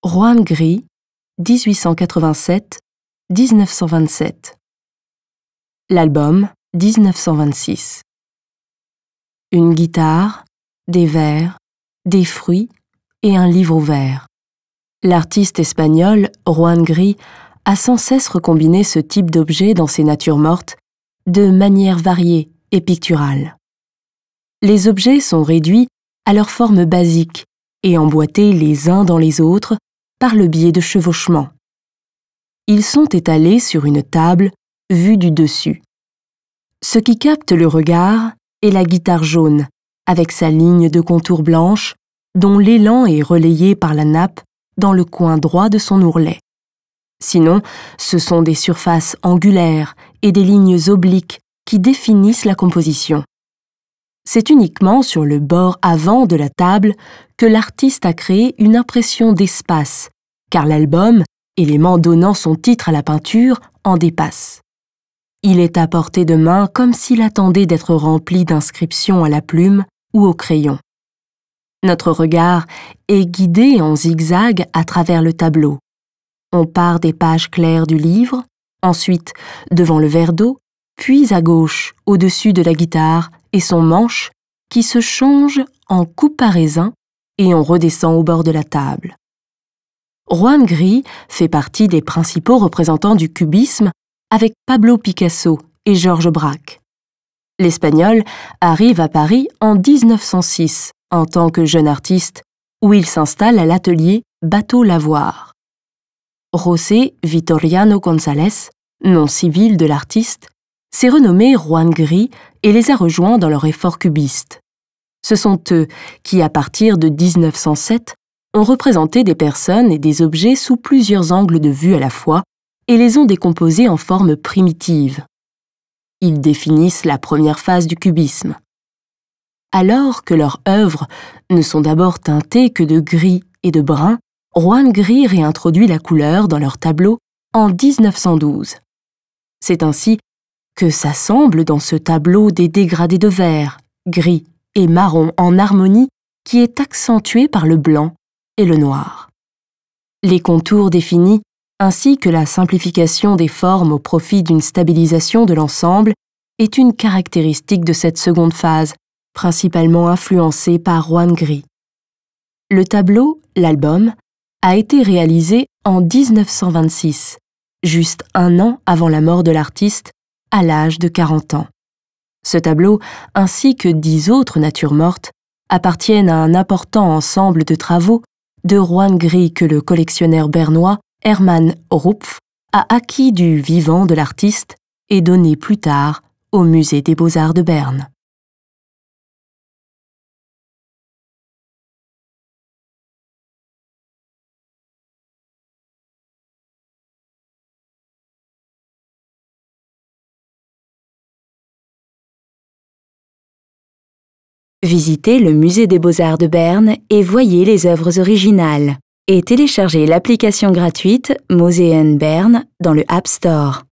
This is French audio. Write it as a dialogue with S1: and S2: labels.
S1: Juan Gris, 1887-1927. L'album, 1926. Une guitare, des vers, des fruits et un livre ouvert. L'artiste espagnol Juan Gris a sans cesse recombiné ce type d'objet dans ses natures mortes de manière variée et picturale. Les objets sont réduits à leur forme basique et emboîtés les uns dans les autres par le biais de chevauchements. Ils sont étalés sur une table vue du dessus. Ce qui capte le regard est la guitare jaune, avec sa ligne de contour blanche, dont l'élan est relayé par la nappe dans le coin droit de son ourlet. Sinon, ce sont des surfaces angulaires et des lignes obliques qui définissent la composition. C'est uniquement sur le bord avant de la table que l'artiste a créé une impression d'espace, car l'album, élément donnant son titre à la peinture, en dépasse. Il est à portée de main comme s'il attendait d'être rempli d'inscriptions à la plume ou au crayon. Notre regard est guidé en zigzag à travers le tableau. On part des pages claires du livre, ensuite devant le verre d'eau, puis à gauche, au-dessus de la guitare et son manche, qui se change en coupe à raisin et on redescend au bord de la table. Juan Gris fait partie des principaux représentants du cubisme avec Pablo Picasso et Georges Braque. L'Espagnol arrive à Paris en 1906 en tant que jeune artiste, où il s'installe à l'atelier Bateau Lavoir. José Vitoriano González, nom civil de l'artiste, s'est renommé Juan Gris et les a rejoints dans leur effort cubiste. Ce sont eux qui, à partir de 1907, ont représenté des personnes et des objets sous plusieurs angles de vue à la fois et les ont décomposés en forme primitive. Ils définissent la première phase du cubisme. Alors que leurs œuvres ne sont d'abord teintées que de gris et de brun, Juan Gris réintroduit la couleur dans leurs tableaux en 1912. C'est ainsi que s'assemblent dans ce tableau des dégradés de vert, gris et marron en harmonie qui est accentuée par le blanc et le noir. Les contours définis ainsi que la simplification des formes au profit d'une stabilisation de l'ensemble est une caractéristique de cette seconde phase, principalement influencée par Juan Gris. Le tableau, l'album, a été réalisé en 1926, juste un an avant la mort de l'artiste, à l'âge de 40 ans. Ce tableau, ainsi que 10 autres natures mortes, appartiennent à un important ensemble de travaux de Juan Gris que le collectionneur bernois Hermann Rupf a acquis du vivant de l'artiste et donné plus tard au Musée des Beaux-Arts de Berne.
S2: Visitez le Musée des Beaux-Arts de Berne et voyez les œuvres originales. Et téléchargez l'application gratuite Museen Bern dans le App Store.